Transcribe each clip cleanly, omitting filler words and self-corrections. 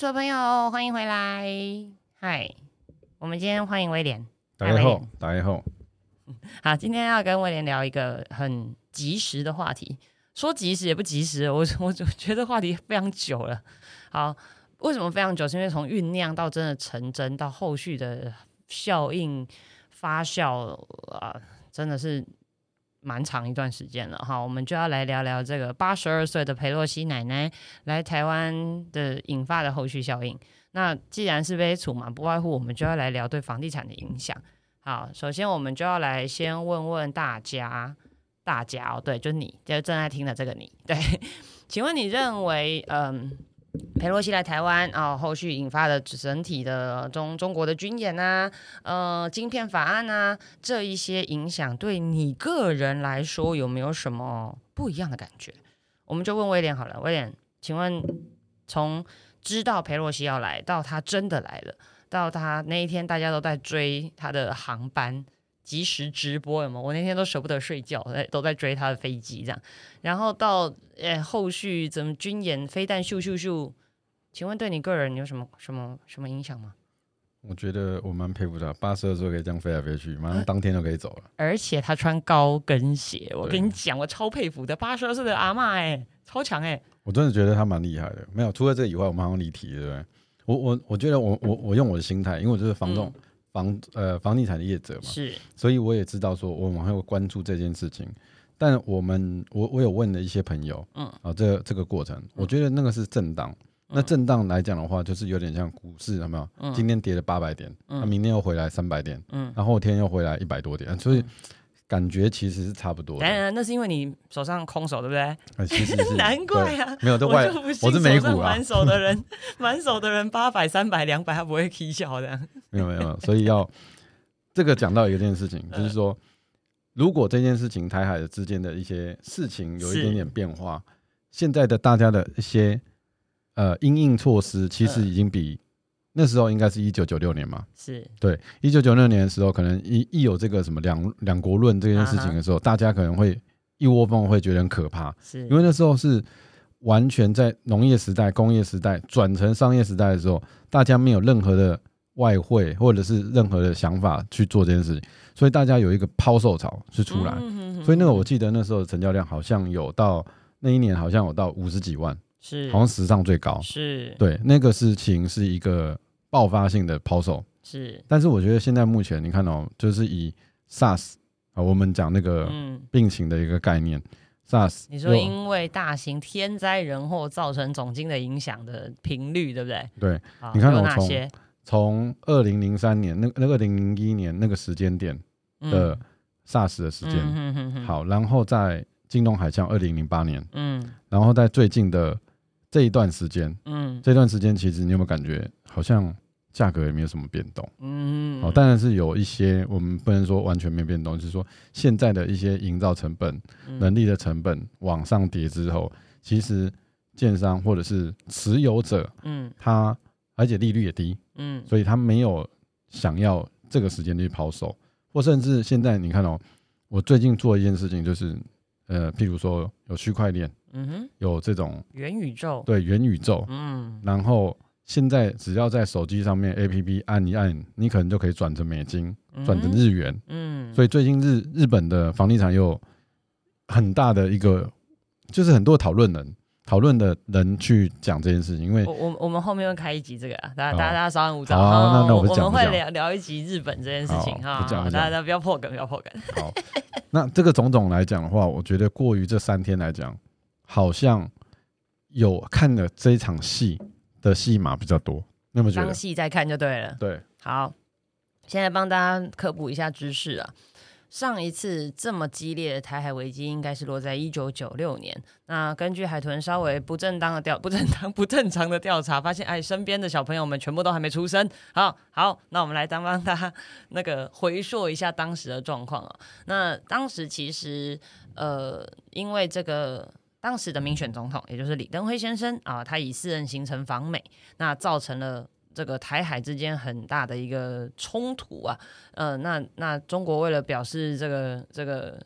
所有朋友，欢迎回来。嗨，我们今天欢迎威廉。 大家好，大家好。 好，今天要跟威廉聊一个很及时的话题。说及时也不及时，我觉得话题非常久了。好，为什么非常久？是因为从酝酿到真的成真，到后续的效应发酵真的是蛮长一段时间了哈。我们就要来聊聊这个82岁的裴洛西奶奶来台湾的引发的后续效应。那既然是被处嘛，不外乎我们就要来聊对房地产的影响。好，首先我们就要来先问问大家哦，对，就是你，就是正在听的这个你，对，请问你认为，裴洛西来台湾后续引发的整体的中国的军演啊，晶片法案啊，这一些影响对你个人来说有没有什么不一样的感觉？我们就问威廉好了，威廉，请问从知道裴洛西要来到他真的来了，到他那一天大家都在追他的航班。即时直播有没有？我那天都舍不得睡觉，都在追他的飞机这样。然后到后续怎么军演飞弹咻咻咻，请问对你个人有什么影响吗？ 我觉得我蛮佩服他，82岁可以这样飞来飞去，马上当天就可以走了。 而且他穿高跟鞋，我跟你讲，我超佩服的82岁的阿嬷超强我真的觉得他蛮厉害的。没有，除了这以外，我们好像离题，对不对？我觉得我用我的心态，因为我就是房地产的业者嘛， 是，所以我也知道说我们会关注这件事情。但我有问了一些朋友，这个过程，我觉得那个是震荡。那震荡来讲的话，就是有点像股市，有没有？今天跌了800点，明天又回来300点，然后后天又回来100多点，所以感觉其实是差不多的。 那是因为你手上空手，对不对？ 其实是难怪啊， 没有我是美股啊， 满手的人800、300、200，他不会起笑的。 没有，所以要这个讲到一件事情，就是说，如果这件事情台海之间的一些事情有一点点变化，现在的大家的一些因应措施，其实已经比那时候应该是1996年嘛， 是对，1996年的时候，可能一有这个什么两国论这件事情的时候，大家可能会一窝蜂会觉得很可怕，因为那时候是完全在农业时代、工业时代转成商业时代的时候，大家没有任何的外汇或者是任何的想法去做这件事情，所以大家有一个抛售潮是出来，所以那个我记得那时候的成交量好像有到那一年好像有到50几万。 是， 好像史上最高， 是， 对，那个事情是一个爆发性的抛售， 是。 但是我觉得现在目前你看就是以 SARS 我们讲那个病情的一个概念，SARS， 你说因为大型天灾人祸造成总经的影响的频率，对不对？ 对，你看从2003年那2001年那个时间点的 SARS 的时间，好，然后在金融海啸2008年，然后在最近的这一段时间，这段时间其实你有没有感觉好像价格也没有什么变动？当然是有一些我们不能说完全没变动，就是说现在的一些营造成本、人力的成本往上叠之后，其实建商或者是持有者，他而且利率也低，所以他没有想要这个时间去抛售，或甚至现在你看我最近做一件事情就是，譬如说有区块链。有这种元宇宙， 对，元宇宙，然后现在只要在手机上面 APP 按一按，你可能就可以转成美金，转成日元，所以最近日本的房地产有很大的一个，就是很多讨论的人去讲这件事情，因为我们后面会开一集这个大家稍安勿躁， 那我们会聊一集日本这件事情哈，大家不要破梗，好， 那这个种种来讲的话，我觉得过于这3天来讲。好像有看了这一场戏的戏码比较多，你有没有觉得？ 当戏在看就对了。 对， 好，现在帮大家科普一下知识啊。上一次这么激烈的台海危机应该是落在1996年。那根据海豚稍微不正常的调查，发现身边的小朋友们全部都还没出生。好，那我们来帮大家那个回溯一下当时的状况啊。那当时其实因为这个。当时的民选总统，也就是李登辉先生他以4人行程访美，那造成了这个台海之间很大的一个冲突啊。那中国为了表示这个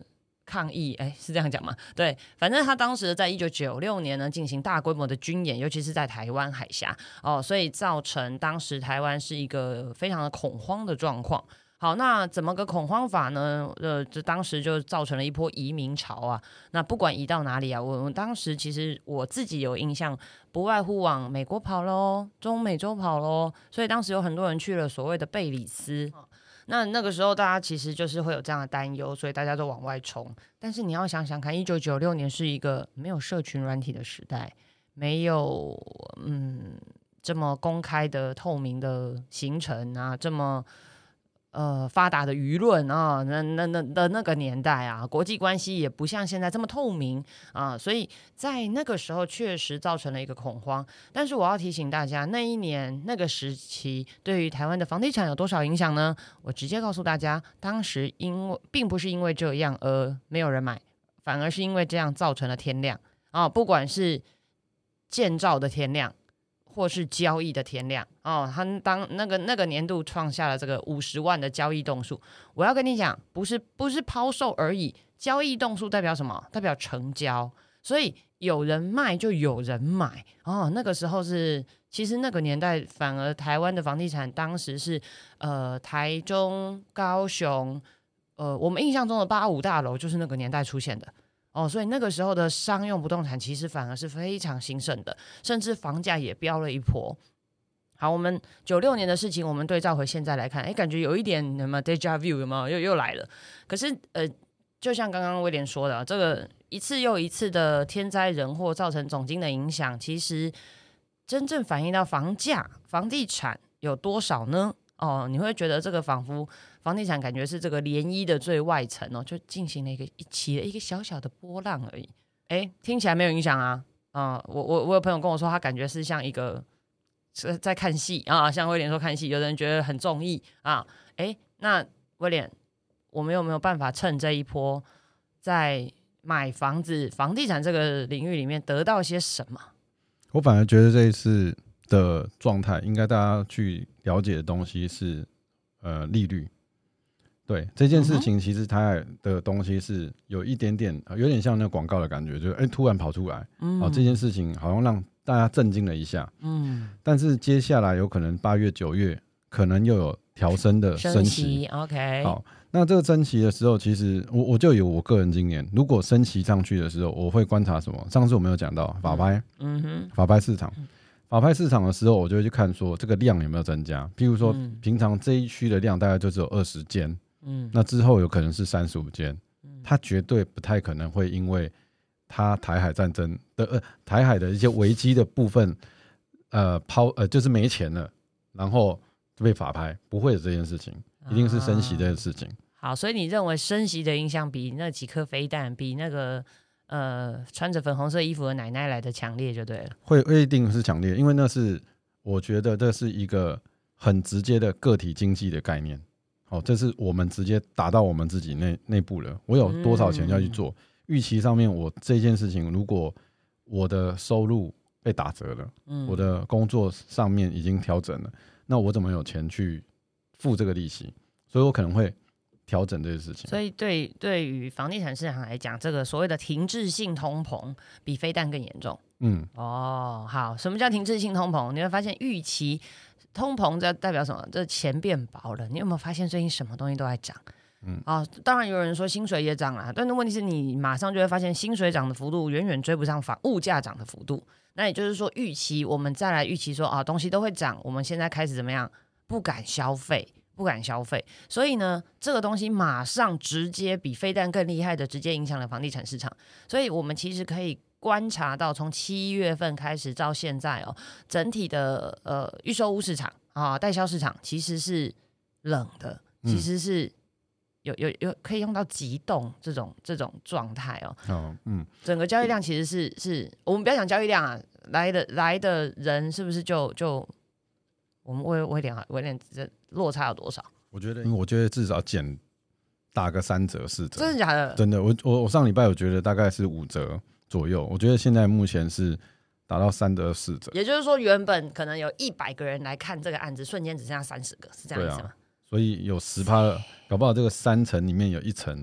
抗议，是这样讲吗？对，反正他当时在1996年呢进行大规模的军演，尤其是在台湾海峡所以造成当时台湾是一个非常的恐慌的状况。好，那怎么个恐慌法呢？这当时就造成了一波移民潮啊。那不管移到哪里啊，我当时其实我自己有印象，不外乎往美国跑咯，中美洲跑咯，所以当时有很多人去了所谓的贝里斯。那个时候大家其实就是会有这样的担忧，所以大家都往外冲。但是你要想想看，1996年是一个没有社群软体的时代，没有这么公开的透明的行程啊，这么发达的舆论啊，那个年代啊，国际关系也不像现在这么透明啊，所以在那个时候确实造成了一个恐慌。但是我要提醒大家，那一年那个时期对于台湾的房地产有多少影响呢？我直接告诉大家，当时并不是因为这样而没有人买，反而是因为这样造成了天量啊，不管是建造的天量或是交易的天量他当那个年度创下了这个50万的交易栋数。我要跟你讲，不是抛售而已，交易栋数代表什么？代表成交，所以有人卖就有人买那个时候其实那个年代反而台湾的房地产当时是台中、高雄我们印象中的85大楼就是那个年代出现的所以那个时候的商用不动产其实反而是非常兴盛的，甚至房价也飙了一波。好，我们96年的事情，我们对照回现在来看，感觉有一点什么 déjà vu 有没有又来了？可是就像刚刚威廉说的，这个一次又一次的天灾人祸造成总经的影响，其实真正反映到房价、房地产有多少呢？你会觉得这个仿佛房地产感觉是这个涟漪的最外层就进行了起了一个小小的波浪而已。听起来没有影响啊。我有朋友跟我说，他感觉是像一个在看戏啊，像威廉说看戏，有的人觉得很综艺啊。那威廉，我们有没有办法趁这一波在买房子、房地产这个领域里面得到些什么？ 我反而觉得这一次的状态，应该大家去了解的东西是利率。对这件事情，其实它的东西是有一点点有点像那个广告的感觉，就是突然跑出来这件事情好像让大家震惊了一下但是接下来有可能8月9月可能又有调升的升息 OK 好，那这个升息的时候，其实我就有我个人经验，如果升息上去的时候，我会观察什么？上次我们有讲到法拍法拍市场法拍市场的时候，我就会去看说这个量有没有增加。譬如说平常这一区的量大概就只有20间那之后有可能是35间它绝对不太可能会因为它台海战争的台海的一些危机的部分就是没钱了然后就被法拍，不会有这件事情，一定是升息这件事情好，所以你认为升息的影响比那几颗飞弹，比那个穿着粉红色衣服的奶奶来的强烈就对了。 会一定是强烈，因为那是我觉得这是一个很直接的个体经济的概念这是我们直接打到我们自己内部了。我有多少钱要去做预期上面，我这件事情如果我的收入被打折了我的工作上面已经调整了，那我怎么有钱去付这个利息？所以我可能会调整这些事情。 所以对于房地产市场来讲，这个所谓的停滞性通膨比飞弹更严重。好，什么叫停滞性通膨？你会发现预期通膨这代表什么？这钱变薄了。你有没有发现最近什么东西都在涨？当然有人说薪水也涨了，但是问题是你马上就会发现薪水涨的幅度远远追不上物价涨的幅度。那也就是说，我们再来预期说东西都会涨，我们现在开始怎么样？不敢消费。所以呢，这个东西马上直接比飞弹更厉害的直接影响了房地产市场。所以我们其实可以观察到，从7月份开始到现在整体的预售屋市场代销市场其实是冷的，其实是有可以用到急冻这种状态整个交易量其实是我们不要讲交易量啊，来的人是不是就我们威廉这落差有多少？我觉得至少打个3折4折， 真的假的？ 真的，我上礼拜我觉得大概是5折左右，我觉得现在目前是达到3折4折， 也就是说原本可能有100个人来看这个案子，瞬间只剩下30个，是这样意思吗？ 所以有10%，搞不好这个3层里面有1层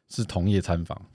是同业参访，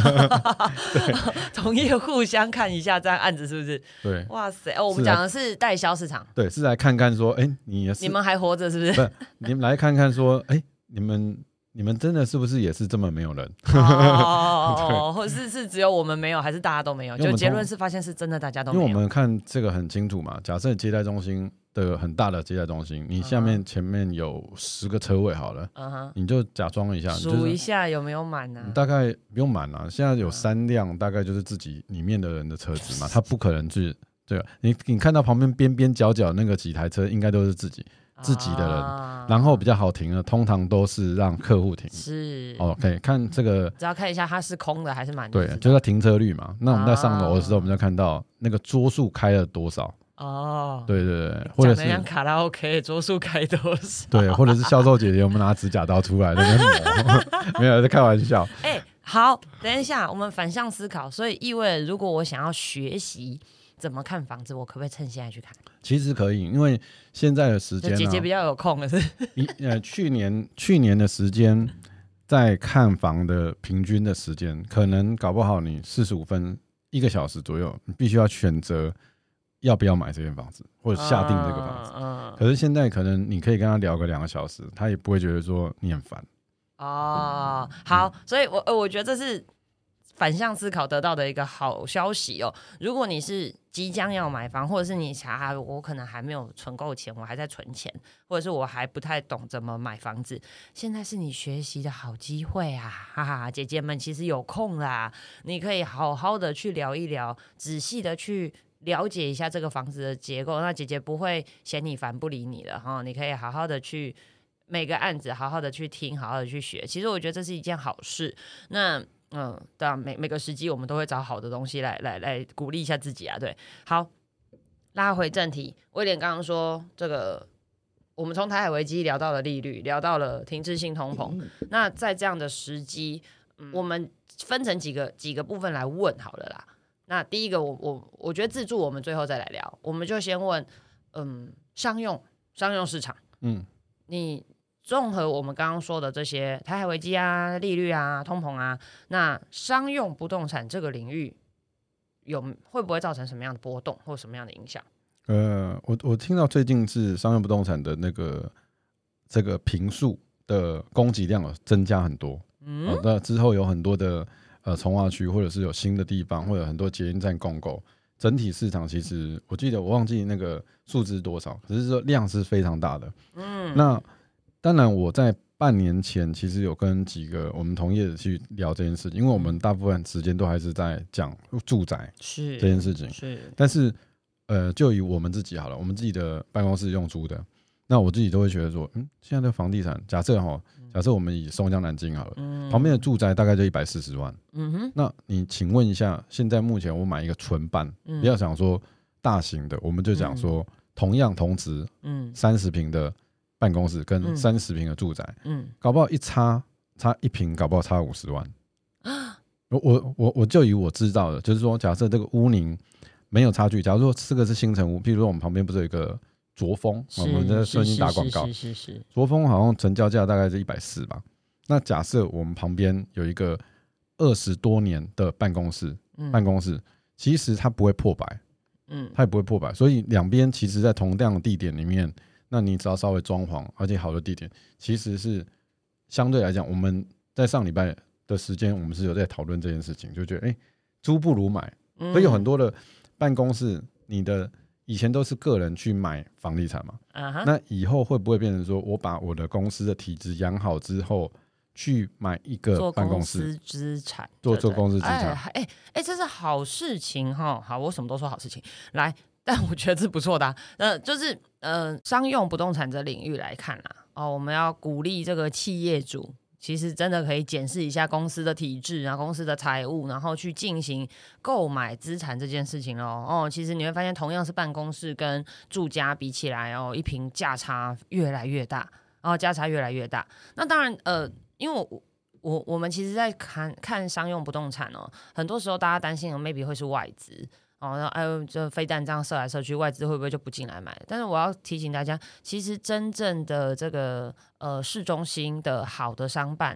同业互相看一下这样案子是不是？ 对， 哇塞，我们讲的是代销市场， 对，是来看看说，你们还活着是不是？ 不，你们来看看说，你们真的是不是也是这么没有人？ 或是只有我们没有，还是大家都没有？就结论是发现是真的大家都没有。 因为我们看这个很清楚嘛，假设接待中心的很大的接待中心，你前面有10个车位好了，你就假装一下， 数一下有没有满啊？ 大概不用满啊，现在有3辆，大概就是自己里面的人的车子嘛，他不可能去。对，你看到旁边边边角角那个几台车，应该都是自己的人，然后比较好停的，通常都是让客户停。 是 ，OK， 看这个， 只要看一下它是空的还是满的。 对，就是停车率嘛。那我们在上楼的时候，我们就看到那个桌数开了多少。对对对，或者是像卡拉 OK 桌数开多少？ 对，或者是销售姐姐我们拿指甲刀出来在那磨，没有在开玩笑。 好，等一下，我们反向思考，所以意味如果我想要学习怎么看房子，我可不可以趁现在去看？ 其实可以，因为现在的时间， 姐姐比较有空了是。 去年的时间，在看房的平均的时间，可能搞不好你45分1个小时左右，你必须要选择要不要买这间房子，或者下定这个房子。可是现在可能你可以跟他聊个2个小时，他也不会觉得说你很烦。 好，所以我觉得这是反向思考得到的一个好消息哦。如果你是即将要买房，或者是你我可能还没有存够钱，我还在存钱，或者是我还不太懂怎么买房子，现在是你学习的好机会啊！哈哈，姐姐们其实有空啦，你可以好好的去聊一聊，仔细的去了解一下这个房子的结构，那姐姐不会嫌你烦不理你了哈。你可以好好的去每个案子好好的去听，好好的去学，其实我觉得这是一件好事。那对啊，每个时机我们都会找好的东西来鼓励一下自己啊。对，好，拉回正题，威廉刚刚说这个，我们从台海危机聊到了利率，聊到了停滞性通膨。那在这样的时机，我们分成几个部分来问好了啦。那第一个，我觉得自住我们最后再来聊，我们就先问，商用市场，你综合我们刚刚说的这些台海危机啊、利率啊、通膨啊，那商用不动产这个领域会不会造成什么样的波动或什么样的影响？ 我听到最近是商用不动产的这个坪数的供给量有增加很多，那之后有很多的重划区，或者是有新的地方，或者很多捷运站共购，整体市场其实我记得我忘记那个数字多少，可是说量是非常大的。那当然我在半年前其实有跟几个我们同业去聊这件事情，因为我们大部分时间都还是在讲住宅这件事情，但是就以我们自己好了，我们自己的办公室用租的，那我自己都会觉得说，现在的房地产，假设我们以松江南京好了，旁边的住宅大概就140万，那你请问一下，现在目前我买一个纯办，不要想说大型的，我们就讲说同样同值，30坪的办公室跟30坪的住宅，搞不好差1坪，搞不好差50万。我就以我知道的，就是说，假设这个屋龄没有差距，假如说这个是新成屋，譬如说我们旁边不是有一个卓峰，我们在顺便打广告，卓峰好像成交价大概是140吧。那假设我们旁边有一个20多年的办公室，其实它不会破百，它也不会破百，所以两边其实在同样的地点里面。那你只要稍微装潢，而且好的地点，其实是相对来讲，我们在上礼拜的时间，我们是有在讨论这件事情，就觉得租不如买，所以有很多的办公室，你的以前都是个人去买房地产嘛，那以后会不会变成说我把我的公司的体质养好之后，去买一个办公室资产， 做公司资产？ 这是好事情哈。好，我什么都说好事情来。但我觉得是不错的就是商用不动产这领域来看啦，我们要鼓励这个企业主，其实真的可以检视一下公司的体制，然后公司的财务，然后去进行购买资产这件事情咯。其实你会发现，同样是办公室跟住家比起来一坪价差越来越大，那当然因为我们其实在看商用不动产很多时候大家担心maybe 会是外资。这飞弹这样射来射去，外资会不会就不进来买？但是我要提醒大家，其实真正的这个市中心的好的商办，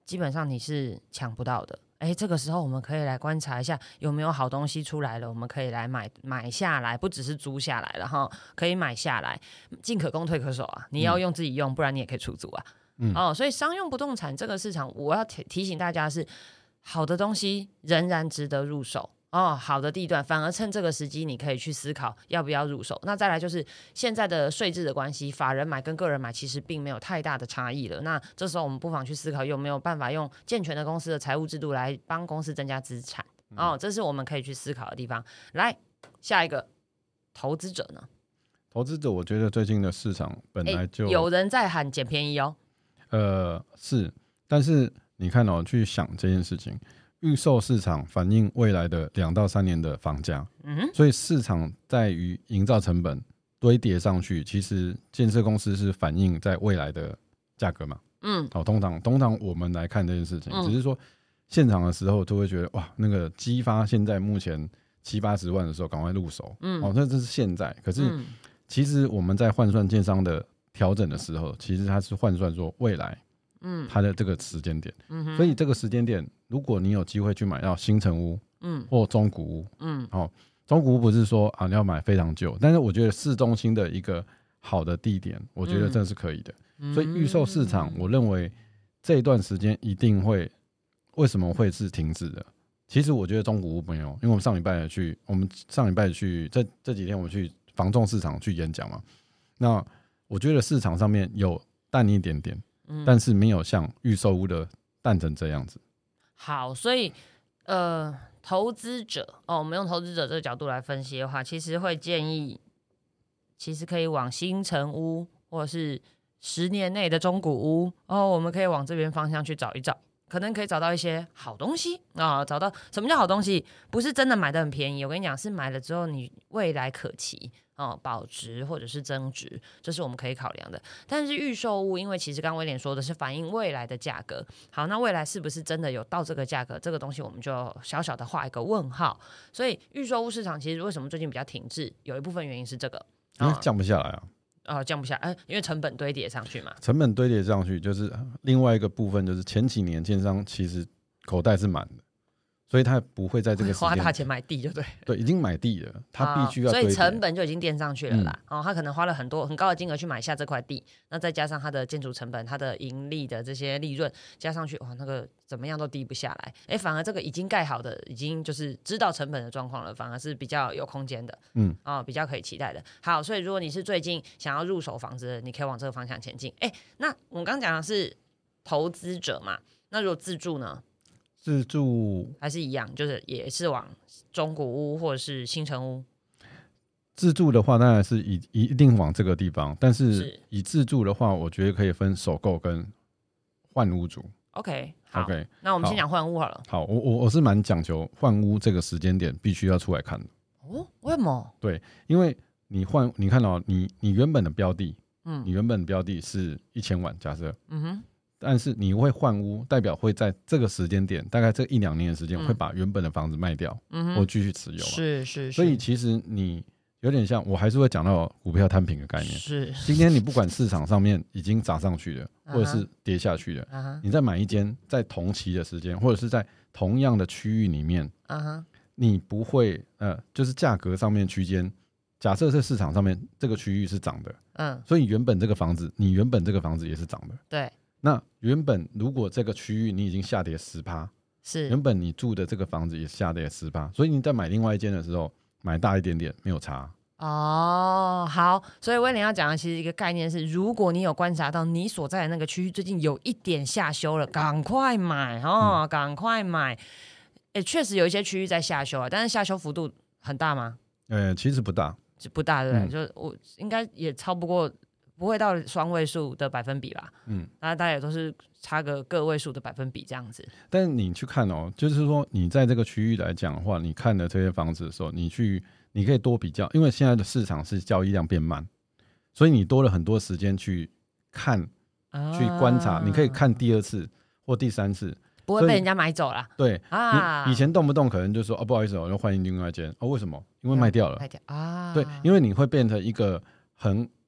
基本上你是抢不到的。这个时候我们可以来观察一下有没有好东西出来了，我们可以来买下来，不只是租下来了哈，可以买下来，进可攻退可守啊。你要用自己用，不然你也可以出租啊。所以商用不动产这个市场，我要提醒大家是，好的东西仍然值得入手。好的地段，反而趁这个时机，你可以去思考要不要入手。那再来就是现在的税制的关系，法人买跟个人买其实并没有太大的差异了。那这时候我们不妨去思考有没有办法用健全的公司的财务制度来帮公司增加资产。这是我们可以去思考的地方。来，下一个投资者呢？ 投资者，我觉得最近的市场本来就有人在喊捡便宜哦。 是，但是你看去想这件事情。预售市场反映未来的2到3年的房价，所以市场在于营造成本堆叠上去，其实建设公司是反映在未来的价格嘛。通常我们来看这件事情，只是说现场的时候都会觉得哇，那个激发现在目前70-80万的时候赶快入手，那这是现在。可是其实我们在换算建商的调整的时候，其实它是换算说未来。它的这个时间点，所以这个时间点，如果你有机会去买到新成屋，或中古屋，中古屋不是说你要买非常旧，但是我觉得市中心的一个好的地点，我觉得这是可以的。所以预售市场，我认为这一段时间一定会，为什么会是停止的？其实我觉得中古屋没有，因为我们上礼拜去这几天我们去房仲市场去演讲嘛，那我觉得市场上面有淡一点点。但是没有像预售屋的淡成这样子。 好，所以投资者我们用投资者这个角度来分析的话，其实会建议，其实可以往新成屋或者是10年内的中古屋我们可以往这边方向去找一找，可能可以找到一些好东西找到什么叫好东西？不是真的买的很便宜，我跟你讲，是买了之后你未来可期。保值或者是增值，这是我们可以考量的。但是预售屋，因为其实刚威廉说的是反映未来的价格，好，那未来是不是真的有到这个价格？这个东西我们就小小的画一个问号。所以预售屋市场其实为什么最近比较停滞，有一部分原因是这个， 因为降不下来降不下来，因为成本堆叠上去嘛。 成本堆叠上去，就是另外一个部分，就是前几年建商其实口袋是满的。所以他不会在这个时间花大钱买地，就对， 已经买地了，他必须要堆叠， 所以成本就已经垫上去了啦。他可能花了很高的金额去买下这块地，那再加上他的建筑成本、他的盈利的这些利润加上去，那个怎么样都低不下来。反而这个已经盖好的，已经就是知道成本的状况了，反而是比较有空间的，比较可以期待的。好，所以如果你是最近想要入手房子的，你可以往这个方向前进。那我们刚讲的是投资者嘛，那如果自住呢？ 自住还是一样，就是也是往中古屋或者是新成屋。 自住的话，当然是一定往这个地方，但是以自住的话，我觉得可以分首购跟换屋主。 OK， 好，那我们先讲换屋好了。 好，我是蛮讲求换屋这个时间点必须要出来看的。 为什么？ 对，因为你看到你原本的标的，你原本的标的是1000万，假设，但是你会换屋，代表会在这个时间点，大概这1-2年的时间，会把原本的房子卖掉，或继续持有嘛。 是。 所以其实你有点像，我还是会讲到股票摊平的概念。 是。 今天你不管市场上面已经涨上去了，或者是跌下去了，你再买一间在同期的时间，或者是在同样的区域里面，你不会就是价格上面区间，假设是市场上面这个区域是涨的，所以你原本这个房子也是涨的， 对。 那原本如果这个区域你已经下跌10%， 是原本你住的这个房子也下跌10%，所以你在买另外一间的时候买大一点点没有差。 好，所以威廉要讲的其实一个概念是，如果你有观察到你所在的那个区域最近有一点下修了，赶快买赶快买。确实有一些区域在下修但是下修幅度很大吗？ 其实不大， 对不对？就我应该也超不过。不会到双位数的百分比吧？大家也都是差个个位数的百分比这样子。 但是你去看就是说你在这个区域来讲的话，你看的这些房子的时候，你可以多比较，因为现在的市场是交易量变慢，所以你多了很多时间去看、去观察，你可以看第2次或第3次， 不会被人家买走啦。 对你以前动不动可能就说不好意思，我要换另外一间为什么？因为卖掉了。 卖掉啊！ 对，因为你会变成一个很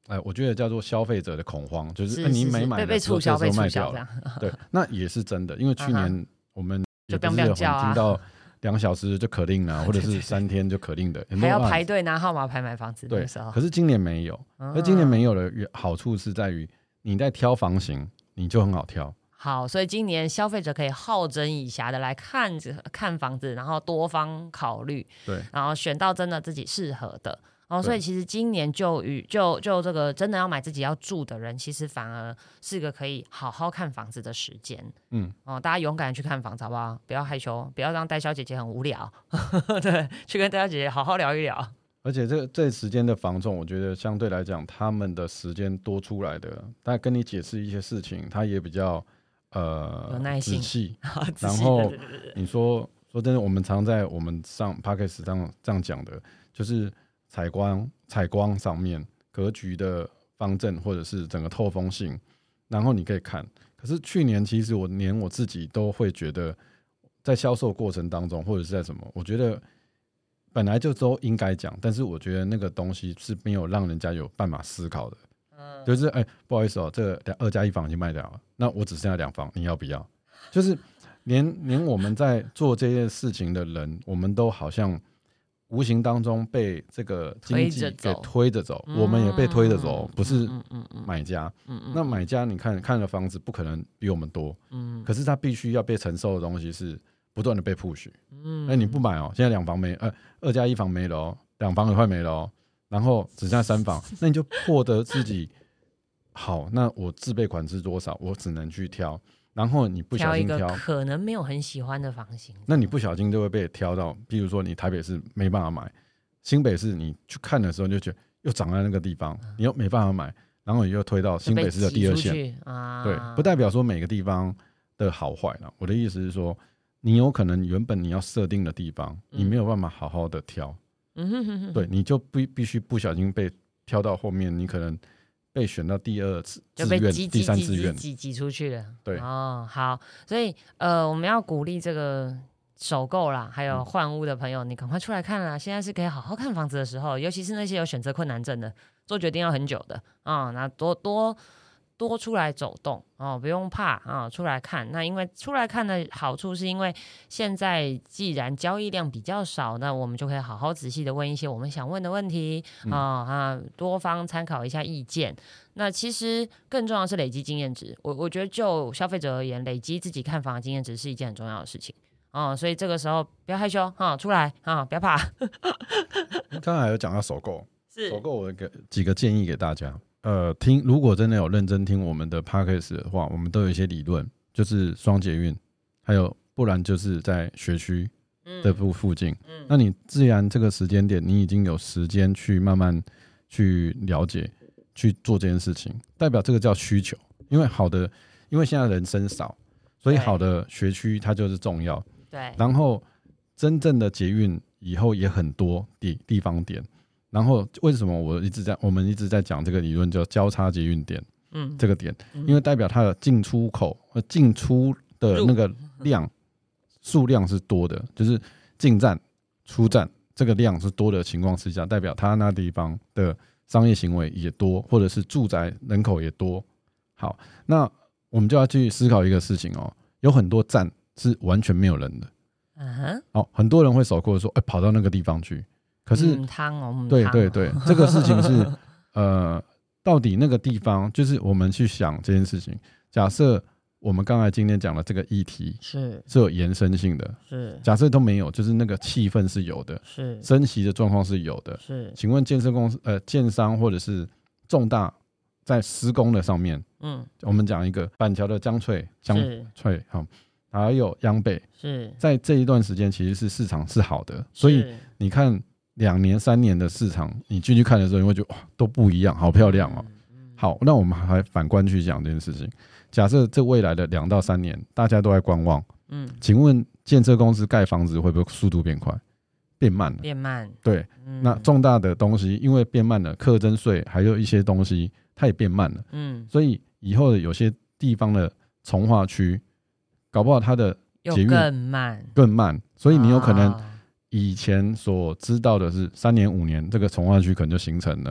我觉得叫做消费者的恐慌，就是你没买被促销，被卖掉了。对，那也是真的，因为去年我们也不是有听到2小时就可定了，或者是3天就可定的， 还要排队拿号码牌买房子。 对，可是今年没有，而今年没有的好处是在于你在挑房型，你就很好挑。 好，所以今年消费者可以好整以暇的来看房子，然后多方考虑， 对， 然后选到真的自己适合的。所以其实今年就这个真的要买自己要住的人，其实反而是个可以好好看房子的时间。大家勇敢去看房子好不好？不要害羞，不要让代销姐姐很无聊。对，去跟代销姐姐好好聊一聊。 而且这时间的房仲，我觉得相对来讲，他们的时间多出来的，他跟你解释一些事情，他也比较有耐心、 仔细。然后你说真的，我们常在我们上 Podcast 这样讲的，就是采光上面格局的方正，或者是整个透风性，然后你可以看。可是去年其实连我自己都会觉得，在销售过程当中，或者是在什么，我觉得本来就都应该讲，但是我觉得那个东西是没有让人家有办法思考的。就是不好意思这个2加1房已经卖掉了，那我只剩下2房，你要不要？就是连我们在做这件事情的人，我们都好像无形当中被这个经济给推着走，我们也被推着走，不是买家。那买家你看了房子不可能比我们多，可是他必须要被承受的东西是不断的被 push。你不买现在2房没2加1房没了2房也快没了然后只剩下3房，那你就迫得自己好，那我自备款是多少，我只能去挑。然后你不小心挑一个可能没有很喜欢的房型， 那你不小心就会被挑到，譬如说你台北市没办法买，新北市你去看的时候你就觉得又涨在那个地方，你又没办法买，然后你又推到新北市的第2线。对，不代表说每个地方的好坏啦。我的意思是说，你有可能原本你要设定的地方，你没有办法好好的挑，对，你就必须不小心被挑到后面，你可能被选到第2志愿、第3志愿挤出去了。 对好，所以我们要鼓励这个首购啦，还有换屋的朋友，你赶快出来看啦！现在是可以好好看房子的时候，尤其是那些有选择困难症的，做决定要很久的那多出来走动不用怕出来看。那因为出来看的好处是因为现在既然交易量比较少，那我们就可以好好仔细的问一些我们想问的问题多方参考一下意见。那其实更重要的是累积经验值。我觉得就消费者而言，累积自己看房的经验值是一件很重要的事情所以这个时候不要害羞出来不要怕。 刚才有讲到首购，我有几个建议给大家。如果真的有认真听我们的 podcast 的话，我们都有一些理论，就是双捷运，还有不然就是在学区的附近。那你自然这个时间点，你已经有时间去慢慢去了解，去做这件事情，代表这个叫需求。因为现在人生少，所以好的学区它就是重要。 对， 然后真正的捷运以后也很多地方点。然后为什么我们一直在讲这个理论叫交叉捷运点这个点，因为代表它的进出口和进出的那个数量是多的，就是进站出站这个量是多的情况之下，代表它那地方的商业行为也多，或者是住宅人口也多。好，那我们就要去思考一个事情有很多站是完全没有人的很多人会手过说跑到那个地方去，可是对，这个事情是到底那个地方，就是我们去想这件事情。假设我们刚才今天讲的这个议题是有延伸性的，是假设都没有，就是那个气氛是有的，是升息的状况是有的，是。请问建设公司建商或者是重大在施工的上面，我们讲一个板桥的江翠还有央北，是在这一段时间其实是市场是好的，所以你看2年3年的市场，你进去看的时候，你会觉得哇都不一样，好漂亮好，那我们还反观去讲这件事情。假设这未来的2到3年，大家都在观望，请问建设公司盖房子会不会速度变快？变慢了，变慢。对，那重大的东西因为变慢了，课征税还有一些东西它也变慢了，所以以后的有些地方的从化区，搞不好它的捷运更慢，所以你有可能以前所知道的是3年5年这个从化区可能就形成了，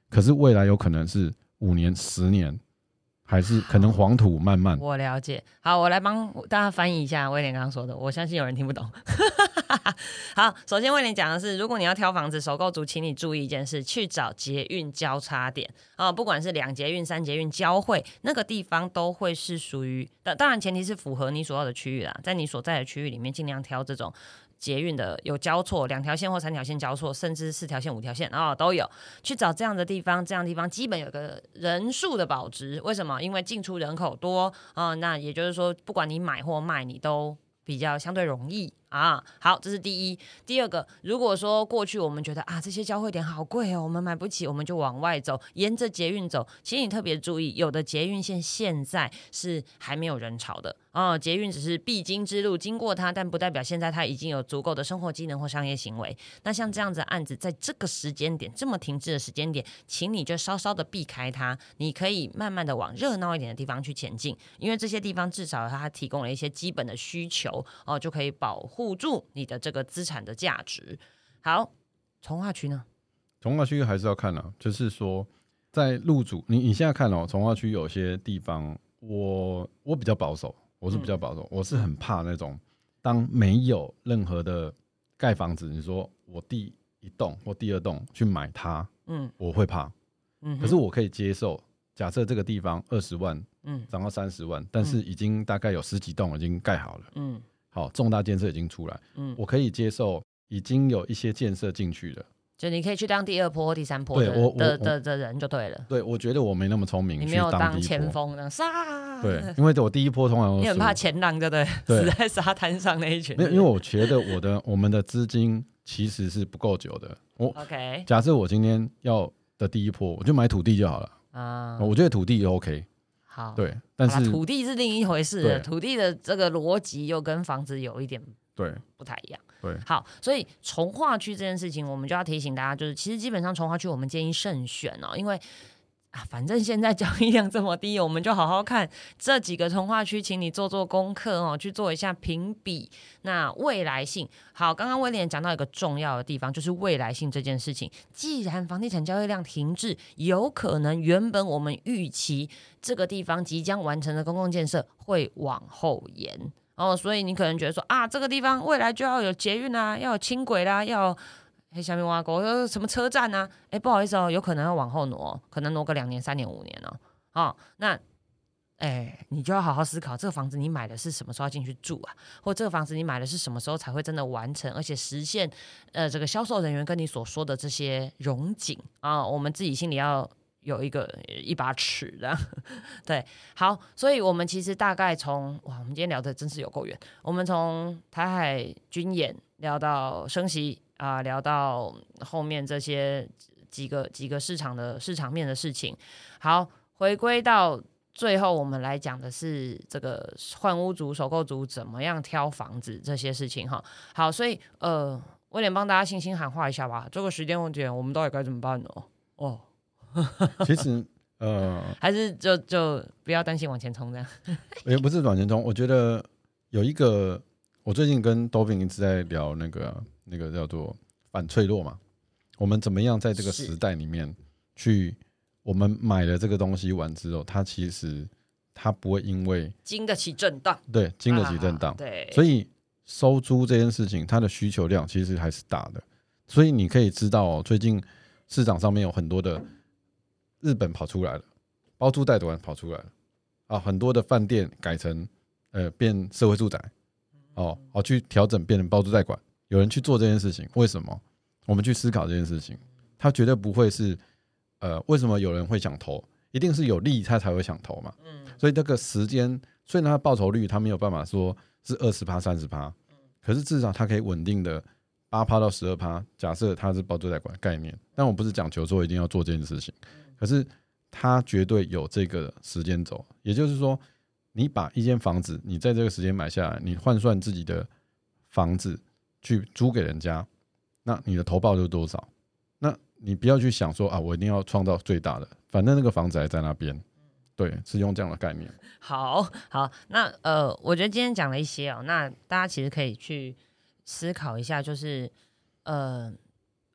可是未来有可能是5年、10年，还是可能黄土漫漫。 我了解。好，我来帮大家翻译一下威廉刚刚说的，我相信有人听不懂。好，首先威廉讲的是，如果你要挑房子，首购族请你注意一件事，去找捷运交叉点不管是2捷运、3捷运交汇，那个地方都会是属于，当然前提是符合你所要的区域啦，在你所在的区域里面，尽量挑这种捷运的有交错2条线或3条线交错，甚至4条线、5条线都有，去找这样的地方。这样的地方基本有个人数的保值，为什么？因为进出人口多那也就是说，不管你买或卖，你都比较相对容易好，这是第一。第二个，如果说过去我们觉得这些交汇点好贵我们买不起，我们就往外走，沿着捷运走。其实你特别注意，有的捷运线现在是还没有人潮的捷运只是必经之路，经过它，但不代表现在它已经有足够的生活机能或商业行为。那像这样子的案子，在这个时间点，这么停滞的时间点，请你就稍稍的避开它，你可以慢慢的往热闹一点的地方去前进，因为这些地方至少它提供了一些基本的需求就可以保护住你的这个资产的价值。好，从化区呢？ 从化区还是要看就是说在路主，你现在看从化区有些地方，我比较保守。我是比较保守，我是很怕那种当没有任何的盖房子，你说我第1栋或第2栋去买它，我会怕。可是我可以接受，假设这个地方20万，涨到30万，但是已经大概有10几栋已经盖好了，好，重大建设已经出来，我可以接受，已经有一些建设进去了。 就你可以去当第2波或第3波的人就对了。 对，我觉得我没那么聪明， 你没有当前锋的对，因为我第1波通常都你很怕前浪，对不对？死在沙滩上那一群。 没有，因为我觉得我们的资金其实是不够久的。 OK， 假设我今天要的第1波，我就买土地就好了我觉得土地也 OK。 好， 对，但是土地是另一回事土地的这个逻辑又跟房子有一点不太一样。 对， 好，所以从化区这件事情，我们就要提醒大家，就是其实基本上从化区我们建议慎选因为反正现在交易量这么低，我们就好好看这几个从化区，请你做做功课去做一下评比。那未来性，好，刚刚威廉讲到一个重要的地方，就是未来性这件事情。既然房地产交易量停滞，有可能原本我们预期这个地方即将完成的公共建设会往后延所以你可能觉得说这个地方未来就要有捷运要有轻轨啦，要下面挖沟有什么车站不好意思有可能要往后挪，可能挪个2年、3年、5年那你就要好好思考，这个房子你买的是什么时候要进去住或这个房子你买的是什么时候才会真的完成，而且实现这个销售人员跟你所说的这些荣景我们自己心里要有一把尺的对，好，所以我们其实大概我们今天聊的真是有够远，我们从台海军演聊到升息聊到后面这些几个市场面的事情。好，回归到最后，我们来讲的是这个换屋族、首购族怎么样挑房子这些事情好，所以威廉帮大家信心喊话一下吧，这个时间问题我们到底该怎么办呢？ 其实还是就不要担心往前冲这样。 也不是往前冲，我觉得有一个，我最近跟 Dovin 一直在聊那个叫做反脆弱嘛，我们怎么样在这个时代里面去，我们买了这个东西完之后，它其实它不会因为经得起震荡， 对，经得起震荡， 对， 所以收租这件事情，它的需求量其实还是大的，所以你可以知道最近市场上面有很多的日本跑出来了，包租代管跑出来了很多的饭店改成变社会住宅去调整变成包租代管，有人去做这件事情，为什么？我们去思考这件事情，它绝对不会是为什么有人会想投，一定是有利他才会想投嘛。所以这个时间，虽然它的报酬率它没有办法说是20%、30%，可是至少它可以稳定的8%到12%。假设它是包租代管概念，但我不是讲求说一定要做这件事情，可是它绝对有这个时间轴，也就是说，你把一间房子，你在这个时间买下来，你换算自己的房子去租给人家，那你的投报是多少？那你不要去想说我一定要创造最大的，反正那个房子还在那边，对，是用这样的概念。 好，那我觉得今天讲了一些那大家其实可以去思考一下，就是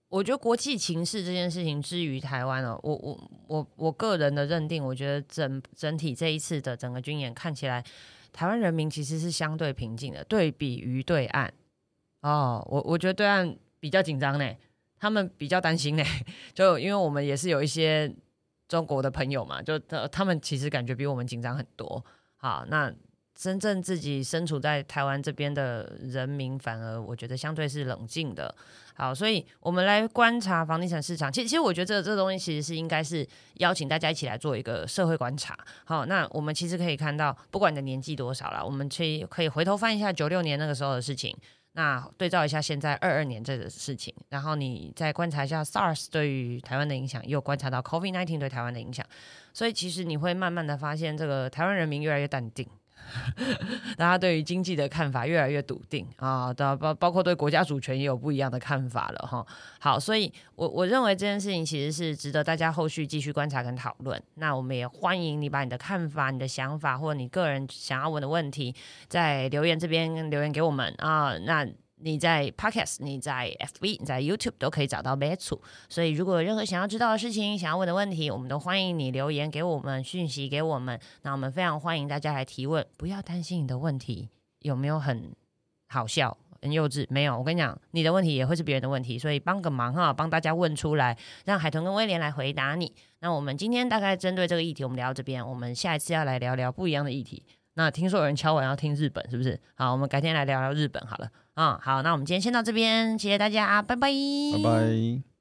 我觉得国际情势这件事情之于台湾哦，我个人的认定，我觉得整体这一次的整个军演看起来，台湾人民其实是相对平静的，对比于对岸哦，我觉得对岸比较紧张呢，他们比较担心呢，就因为我们也是有一些中国的朋友嘛，就他们其实感觉比我们紧张很多。好，那真正自己身处在台湾这边的人民，反而我觉得相对是冷静的。好，所以我们来观察房地产市场。其实我觉得这东西其实是应该是邀请大家一起来做一个社会观察。好，那我们其实可以看到，不管你的年纪多少啦，我们可以回头翻一下96年那个时候的事情，那对照一下现在22年这个事情，然后你再观察一下 SARS 对于台湾的影响，又观察到 COVID-19 对台湾的影响，所以其实你会慢慢的发现，这个台湾人民越来越淡定。大家对于经济的看法越来越笃定啊，包括对国家主权也有不一样的看法了哈。好，所以我认为这件事情其实是值得大家后续继续观察跟讨论。那我们也欢迎你把你的看法、你的想法或者你个人想要问的问题，在留言这边留言给我们啊。那你在 Podcast 你在 FB 你在 YouTube 都可以找到贝楚，所以如果有任何想要知道的事情想要问的问题，我们都欢迎你留言给我们，讯息给我们，那我们非常欢迎大家来提问，不要担心你的问题有没有很好笑很幼稚，没有，我跟你讲你的问题也会是别人的问题，所以帮个忙哈，帮大家问出来，让海豚跟威廉来回答你。那我们今天大概针对这个议题我们聊到这边，我们下一次要来聊聊不一样的议题。那听说有人敲碗要听日本，是不是？好，我们改天来聊聊日本好了。好，那我们今天先到这边，谢谢大家，拜拜， 拜拜。